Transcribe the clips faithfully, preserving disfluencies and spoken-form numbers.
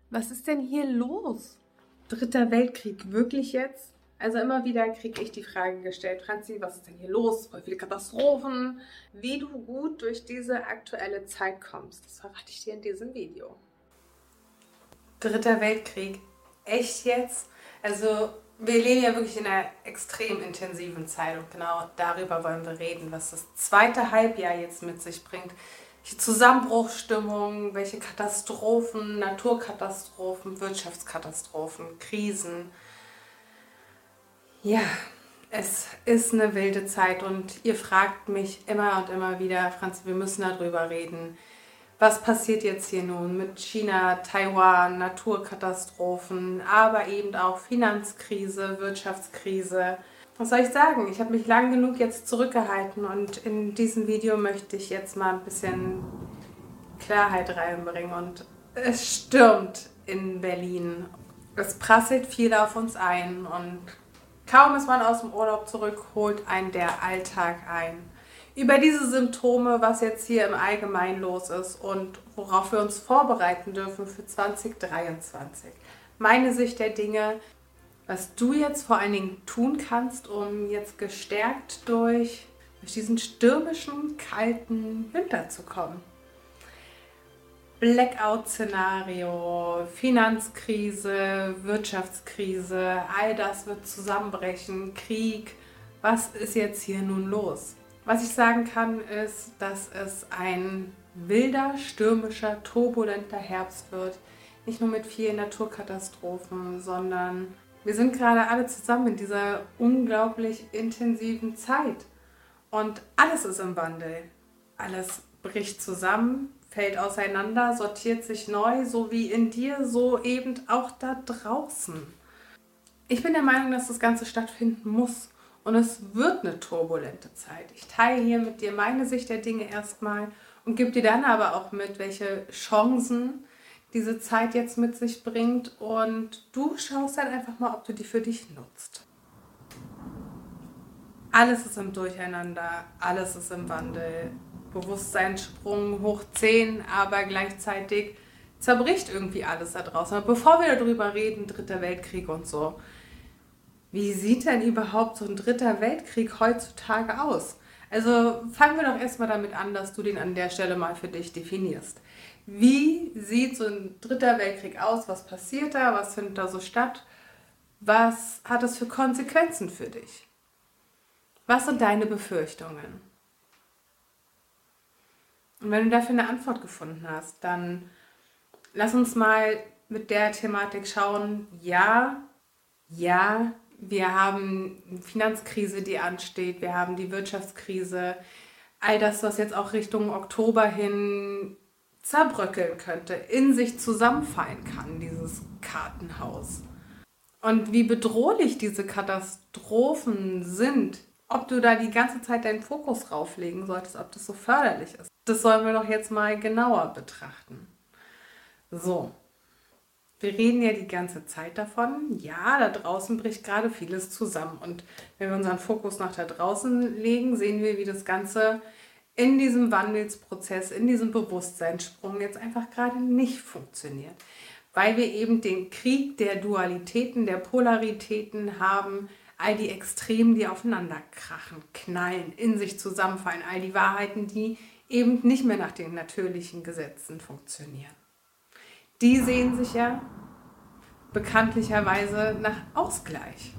Was ist denn hier los? Dritter Weltkrieg, wirklich jetzt? Also immer wieder kriege ich die Frage gestellt, Franzi, was ist denn hier los? Voll viele Katastrophen. Wie du gut durch diese aktuelle Zeit kommst, das verrate ich dir in diesem Video. Dritter Weltkrieg, echt jetzt? Also wir leben ja wirklich in einer extrem intensiven Zeit und genau darüber wollen wir reden, was das zweite Halbjahr jetzt mit sich bringt. Welche Zusammenbruchsstimmung, welche Katastrophen, Naturkatastrophen, Wirtschaftskatastrophen, Krisen. Ja, es ist eine wilde Zeit und ihr fragt mich immer und immer wieder, Franzi, wir müssen darüber reden. Was passiert jetzt hier nun mit China, Taiwan, Naturkatastrophen, aber eben auch Finanzkrise, Wirtschaftskrise. Was soll ich sagen? Ich habe mich lang genug jetzt zurückgehalten und in diesem Video möchte ich jetzt mal ein bisschen Klarheit reinbringen. Und es stürmt in Berlin. Es prasselt viel auf uns ein und kaum ist man aus dem Urlaub zurück, holt einen der Alltag ein. Über diese Symptome, was jetzt hier im Allgemeinen los ist und worauf wir uns vorbereiten dürfen für zwanzig dreiundzwanzig. Meine Sicht der Dinge, was du jetzt vor allen Dingen tun kannst, um jetzt gestärkt durch, durch diesen stürmischen, kalten Winter zu kommen. Blackout-Szenario, Finanzkrise, Wirtschaftskrise, all das wird zusammenbrechen, Krieg. Was ist jetzt hier nun los? Was ich sagen kann, ist, dass es ein wilder, stürmischer, turbulenter Herbst wird. Nicht nur mit vielen Naturkatastrophen, sondern wir sind gerade alle zusammen in dieser unglaublich intensiven Zeit. Und alles ist im Wandel. Alles bricht zusammen, fällt auseinander, sortiert sich neu, so wie in dir, so eben auch da draußen. Ich bin der Meinung, dass das Ganze stattfinden muss. Und es wird eine turbulente Zeit. Ich teile hier mit dir meine Sicht der Dinge erstmal und gebe dir dann aber auch mit, welche Chancen diese Zeit jetzt mit sich bringt. Und du schaust dann einfach mal, ob du die für dich nutzt. Alles ist im Durcheinander, alles ist im Wandel. Bewusstseinssprung hoch zehn, aber gleichzeitig zerbricht irgendwie alles da draußen. Aber bevor wir darüber reden, Dritter Weltkrieg und so, wie sieht denn überhaupt so ein dritter Weltkrieg heutzutage aus? Also fangen wir doch erstmal damit an, dass du den an der Stelle mal für dich definierst. Wie sieht so ein dritter Weltkrieg aus? Was passiert da? Was findet da so statt? Was hat es für Konsequenzen für dich? Was sind deine Befürchtungen? Und wenn du dafür eine Antwort gefunden hast, dann lass uns mal mit der Thematik schauen. Ja, ja, wir haben eine Finanzkrise, die ansteht, wir haben die Wirtschaftskrise, all das, was jetzt auch Richtung Oktober hin zerbröckeln könnte, in sich zusammenfallen kann, dieses Kartenhaus. Und wie bedrohlich diese Katastrophen sind, ob du da die ganze Zeit deinen Fokus rauflegen solltest, ob das so förderlich ist, das sollen wir doch jetzt mal genauer betrachten. So. Wir reden ja die ganze Zeit davon, ja, da draußen bricht gerade vieles zusammen. Und wenn wir unseren Fokus nach da draußen legen, sehen wir, wie das Ganze in diesem Wandelsprozess, in diesem Bewusstseinssprung jetzt einfach gerade nicht funktioniert. Weil wir eben den Krieg der Dualitäten, der Polaritäten haben, all die Extremen, die aufeinander krachen, knallen, in sich zusammenfallen, all die Wahrheiten, die eben nicht mehr nach den natürlichen Gesetzen funktionieren. Die sehen sich ja bekanntlicherweise nach Ausgleich.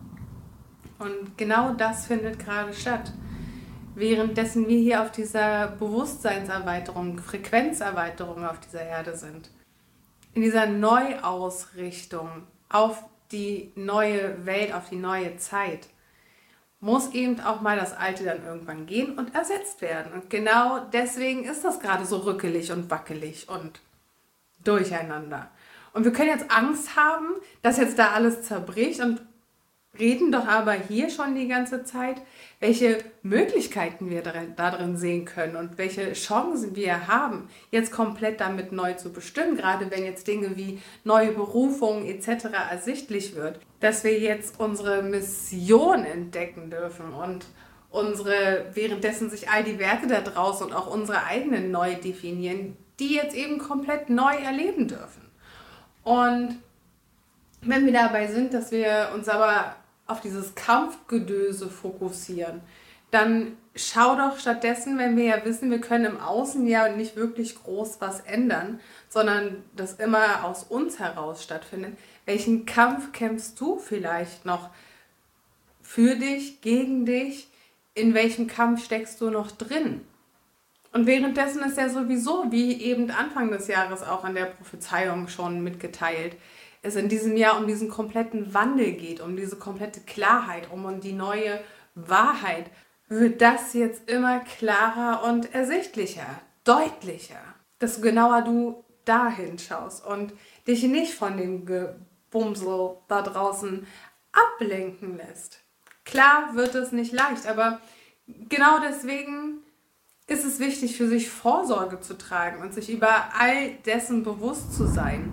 Und genau das findet gerade statt. Währenddessen wir hier auf dieser Bewusstseinserweiterung, Frequenzerweiterung auf dieser Erde sind. In dieser Neuausrichtung auf die neue Welt, auf die neue Zeit, muss eben auch mal das Alte dann irgendwann gehen und ersetzt werden. Und genau deswegen ist das gerade so rückelig und wackelig und durcheinander. Und wir können jetzt Angst haben, dass jetzt da alles zerbricht und reden doch aber hier schon die ganze Zeit, welche Möglichkeiten wir da drin sehen können und welche Chancen wir haben, jetzt komplett damit neu zu bestimmen, gerade wenn jetzt Dinge wie neue Berufungen et cetera ersichtlich wird, dass wir jetzt unsere Mission entdecken dürfen und unsere, währenddessen sich all die Werte da draußen und auch unsere eigenen neu definieren, die jetzt eben komplett neu erleben dürfen. Und wenn wir dabei sind, dass wir uns aber auf dieses Kampfgedöse fokussieren, dann schau doch stattdessen, wenn wir ja wissen, wir können im Außen ja nicht wirklich groß was ändern, sondern das immer aus uns heraus stattfindet. Welchen Kampf kämpfst du vielleicht noch für dich, gegen dich? In welchem Kampf steckst du noch drin? Und währenddessen ist ja sowieso, wie eben Anfang des Jahres auch an der Prophezeiung schon mitgeteilt, es in diesem Jahr um diesen kompletten Wandel geht, um diese komplette Klarheit, um die neue Wahrheit, wird das jetzt immer klarer und ersichtlicher, deutlicher, desto genauer du dahin schaust und dich nicht von dem Gebumsel da draußen ablenken lässt. Klar wird es nicht leicht, aber genau deswegen ist es wichtig, für sich Vorsorge zu tragen und sich über all dessen bewusst zu sein,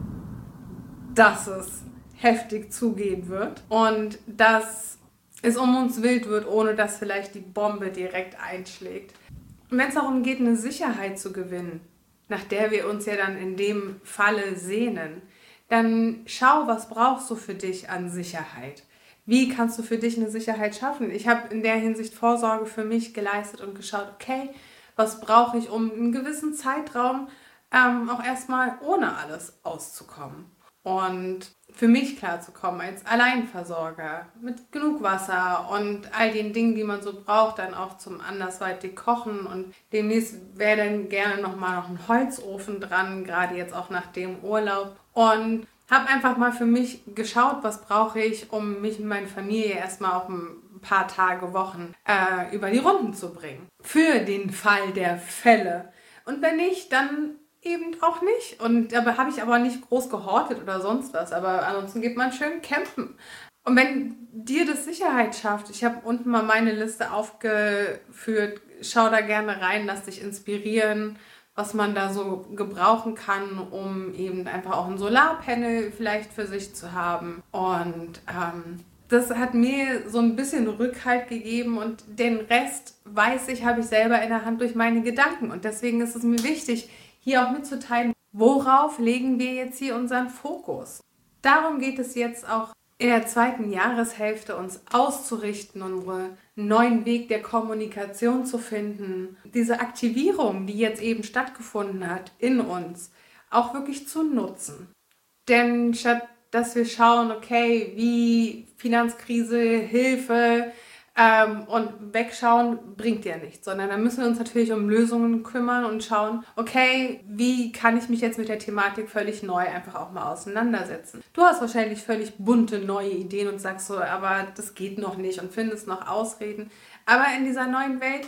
dass es heftig zugehen wird und dass es um uns wild wird, ohne dass vielleicht die Bombe direkt einschlägt. Und wenn es darum geht, eine Sicherheit zu gewinnen, nach der wir uns ja dann in dem Falle sehnen, dann schau, was brauchst du für dich an Sicherheit? Wie kannst du für dich eine Sicherheit schaffen? Ich habe in der Hinsicht Vorsorge für mich geleistet und geschaut, okay, was brauche ich, um einen gewissen Zeitraum ähm, auch erstmal ohne alles auszukommen. Und für mich klarzukommen als Alleinversorger mit genug Wasser und all den Dingen, die man so braucht, dann auch zum andersweitig Kochen. Und demnächst wäre dann gerne nochmal noch ein Holzofen dran, gerade jetzt auch nach dem Urlaub. Und habe einfach mal für mich geschaut, was brauche ich, um mich und meine Familie erstmal auch ein paar Tage, Wochen äh, über die Runden zu bringen. Für den Fall der Fälle. Und wenn nicht, dann eben auch nicht. Und dabei habe ich aber nicht groß gehortet oder sonst was. Aber ansonsten geht man schön campen. Und wenn dir das Sicherheit schafft, ich habe unten mal meine Liste aufgeführt, schau da gerne rein, lass dich inspirieren, was man da so gebrauchen kann, um eben einfach auch ein Solarpanel vielleicht für sich zu haben. Und ähm, das hat mir so ein bisschen Rückhalt gegeben und den Rest, weiß ich, habe ich selber in der Hand durch meine Gedanken. Und deswegen ist es mir wichtig, hier auch mitzuteilen, worauf legen wir jetzt hier unseren Fokus. Darum geht es jetzt auch in der zweiten Jahreshälfte, uns auszurichten, unseren neuen Weg der Kommunikation zu finden, diese Aktivierung, die jetzt eben stattgefunden hat in uns, auch wirklich zu nutzen. Denn statt dass wir schauen, okay, wie Finanzkrise, Hilfe, Ähm, und wegschauen bringt ja nichts, sondern da müssen wir uns natürlich um Lösungen kümmern und schauen, okay, wie kann ich mich jetzt mit der Thematik völlig neu einfach auch mal auseinandersetzen. Du hast wahrscheinlich völlig bunte neue Ideen und sagst so, aber das geht noch nicht und findest noch Ausreden. Aber in dieser neuen Welt,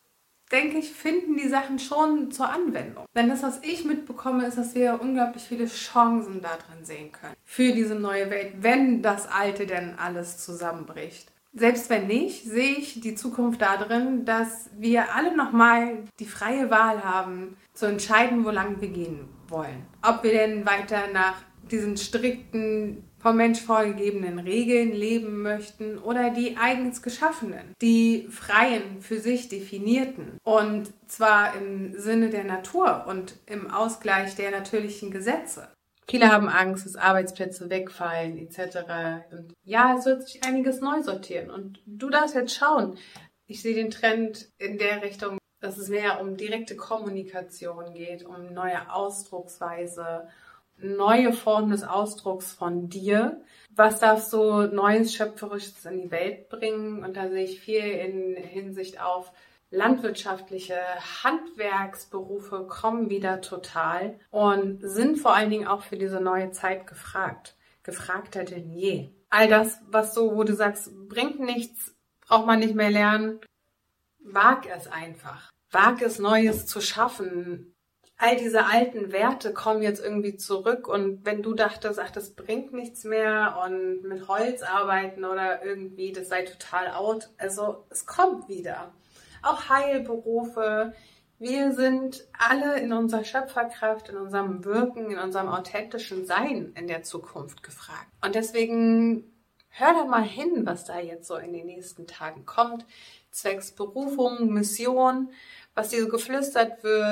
denke ich, finden die Sachen schon zur Anwendung. Denn das, was ich mitbekomme, ist, dass wir unglaublich viele Chancen da drin sehen können für diese neue Welt, wenn das Alte denn alles zusammenbricht. Selbst wenn nicht, sehe ich die Zukunft darin, dass wir alle nochmal die freie Wahl haben, zu entscheiden, wo lang wir gehen wollen. Ob wir denn weiter nach diesen strikten, vom Mensch vorgegebenen Regeln leben möchten oder die eigens geschaffenen, die freien, für sich definierten. Und zwar im Sinne der Natur und im Ausgleich der natürlichen Gesetze. Viele haben Angst, dass Arbeitsplätze wegfallen et cetera. Und ja, es wird sich einiges neu sortieren. Und du darfst jetzt schauen. Ich sehe den Trend in der Richtung, dass es mehr um direkte Kommunikation geht, um neue Ausdrucksweise, neue Formen des Ausdrucks von dir. Was darfst du Neues, Schöpferisches in die Welt bringen? Und da sehe ich viel in Hinsicht auf landwirtschaftliche Handwerksberufe kommen wieder total und sind vor allen Dingen auch für diese neue Zeit gefragt. Gefragter denn je. All das, was so, wo du sagst, bringt nichts, braucht man nicht mehr lernen, wag es einfach. Wag es, Neues zu schaffen. All diese alten Werte kommen jetzt irgendwie zurück und wenn du dachtest, ach, das bringt nichts mehr und mit Holz arbeiten oder irgendwie, das sei total out, also es kommt wieder. Auch Heilberufe. Wir sind alle in unserer Schöpferkraft, in unserem Wirken, in unserem authentischen Sein in der Zukunft gefragt. Und deswegen hör da mal hin, was da jetzt so in den nächsten Tagen kommt. Zwecks Berufung, Mission, was dir so geflüstert wird.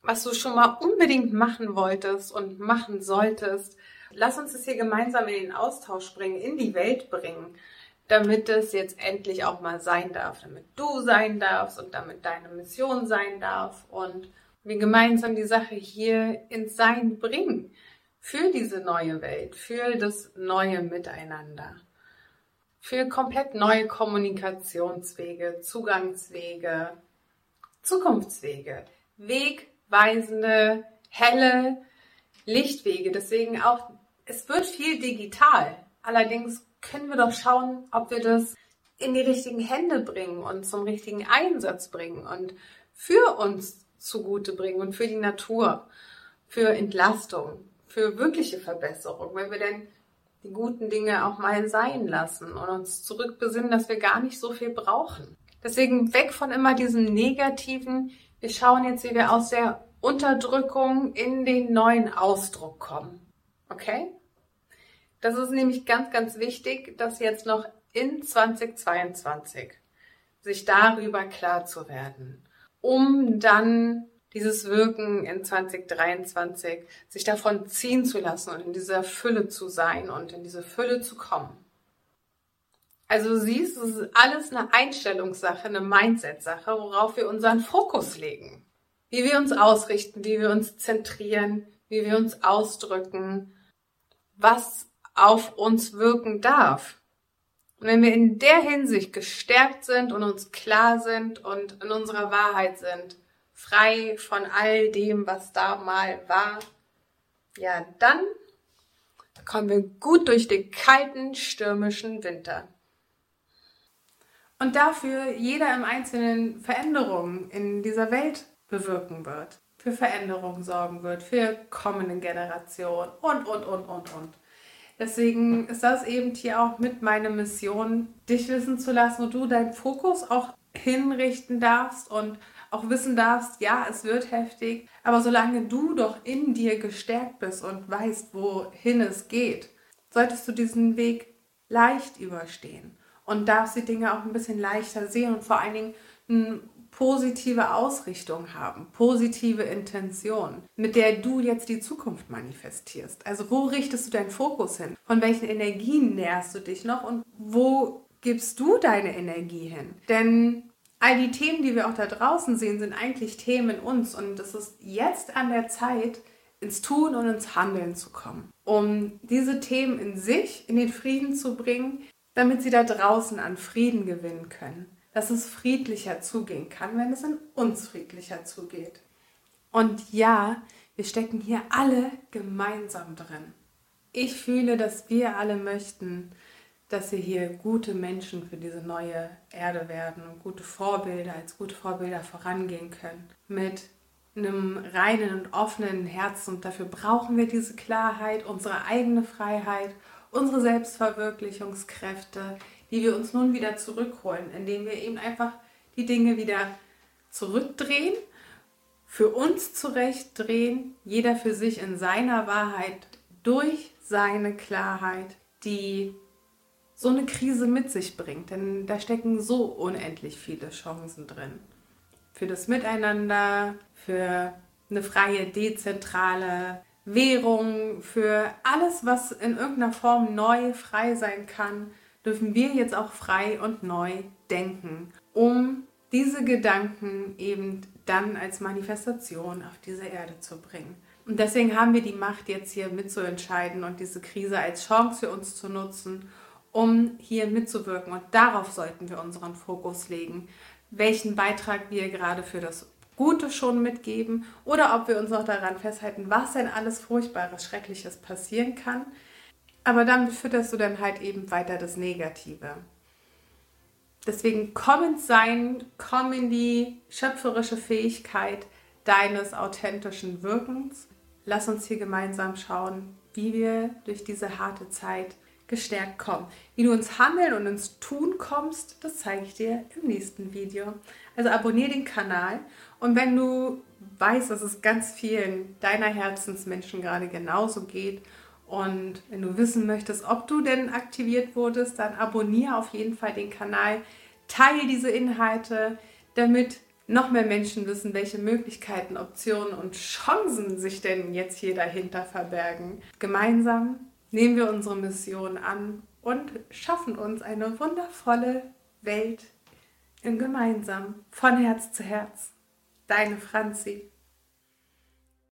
was du schon mal unbedingt machen wolltest und machen solltest. Lass uns es hier gemeinsam in den Austausch bringen, in die Welt bringen, damit es jetzt endlich auch mal sein darf, damit du sein darfst und damit deine Mission sein darf und wir gemeinsam die Sache hier ins Sein bringen, für diese neue Welt, für das neue Miteinander, für komplett neue Kommunikationswege, Zugangswege, Zukunftswege, wegweisende, helle Lichtwege. Deswegen auch, es wird viel digital. Allerdings können wir doch schauen, ob wir das in die richtigen Hände bringen und zum richtigen Einsatz bringen und für uns zugute bringen und für die Natur, für Entlastung, für wirkliche Verbesserung, wenn wir denn die guten Dinge auch mal sein lassen und uns zurückbesinnen, dass wir gar nicht so viel brauchen. Deswegen weg von immer diesem Negativen. Wir schauen jetzt, wie wir aus der Unterdrückung in den neuen Ausdruck kommen. Okay? Das ist nämlich ganz, ganz wichtig, dass jetzt noch in zweitausendzweiundzwanzig sich darüber klar zu werden, um dann dieses Wirken in zweitausenddreiundzwanzig sich davon ziehen zu lassen und in dieser Fülle zu sein und in diese Fülle zu kommen. Also du siehst, es ist alles eine Einstellungssache, eine Mindset-Sache, worauf wir unseren Fokus legen. Wie wir uns ausrichten, wie wir uns zentrieren, wie wir uns ausdrücken, was auf uns wirken darf. Und wenn wir in der Hinsicht gestärkt sind und uns klar sind und in unserer Wahrheit sind, frei von all dem, was da mal war, ja, dann kommen wir gut durch den kalten, stürmischen Winter. Und dafür jeder im Einzelnen Veränderungen in dieser Welt bewirken wird, für Veränderungen sorgen wird, für kommende Generationen und, und, und, und, und. Deswegen ist das eben hier auch mit meiner Mission, dich wissen zu lassen, wo du deinen Fokus auch hinrichten darfst und auch wissen darfst, ja, es wird heftig, aber solange du doch in dir gestärkt bist und weißt, wohin es geht, solltest du diesen Weg leicht überstehen und darfst die Dinge auch ein bisschen leichter sehen und vor allen Dingen eine positive Ausrichtung haben, positive Intention, mit der du jetzt die Zukunft manifestierst. Also wo richtest du deinen Fokus hin? Von welchen Energien nährst du dich noch und wo gibst du deine Energie hin? Denn all die Themen, die wir auch da draußen sehen, sind eigentlich Themen in uns und es ist jetzt an der Zeit, ins Tun und ins Handeln zu kommen, um diese Themen in sich in den Frieden zu bringen, damit sie da draußen an Frieden gewinnen können, dass es friedlicher zugehen kann, wenn es in uns friedlicher zugeht. Und ja, wir stecken hier alle gemeinsam drin. Ich fühle, dass wir alle möchten, dass wir hier gute Menschen für diese neue Erde werden und gute Vorbilder, als gute Vorbilder vorangehen können. Mit einem reinen und offenen Herzen. Und dafür brauchen wir diese Klarheit, unsere eigene Freiheit, unsere Selbstverwirklichungskräfte, die wir uns nun wieder zurückholen, indem wir eben einfach die Dinge wieder zurückdrehen, für uns zurechtdrehen, jeder für sich in seiner Wahrheit, durch seine Klarheit, die so eine Krise mit sich bringt. Denn da stecken so unendlich viele Chancen drin. Für das Miteinander, für eine freie, dezentrale Währung, für alles, was in irgendeiner Form neu, frei sein kann, dürfen wir jetzt auch frei und neu denken, um diese Gedanken eben dann als Manifestation auf diese Erde zu bringen. Und deswegen haben wir die Macht, jetzt hier mitzuentscheiden und diese Krise als Chance für uns zu nutzen, um hier mitzuwirken. Und darauf sollten wir unseren Fokus legen, welchen Beitrag wir gerade für das Gute schon mitgeben oder ob wir uns noch daran festhalten, was denn alles Furchtbares, Schreckliches passieren kann. Aber dann fütterst du dann halt eben weiter das Negative. Deswegen komm ins Sein, komm in die schöpferische Fähigkeit deines authentischen Wirkens. Lass uns hier gemeinsam schauen, wie wir durch diese harte Zeit gestärkt kommen. Wie du ins Handeln und ins Tun kommst, das zeige ich dir im nächsten Video. Also abonniere den Kanal und wenn du weißt, dass es ganz vielen deiner Herzensmenschen gerade genauso geht und wenn du wissen möchtest, ob du denn aktiviert wurdest, dann abonniere auf jeden Fall den Kanal, teile diese Inhalte, damit noch mehr Menschen wissen, welche Möglichkeiten, Optionen und Chancen sich denn jetzt hier dahinter verbergen. Gemeinsam nehmen wir unsere Mission an und schaffen uns eine wundervolle Welt im Gemeinsam, von Herz zu Herz. Deine Franzi.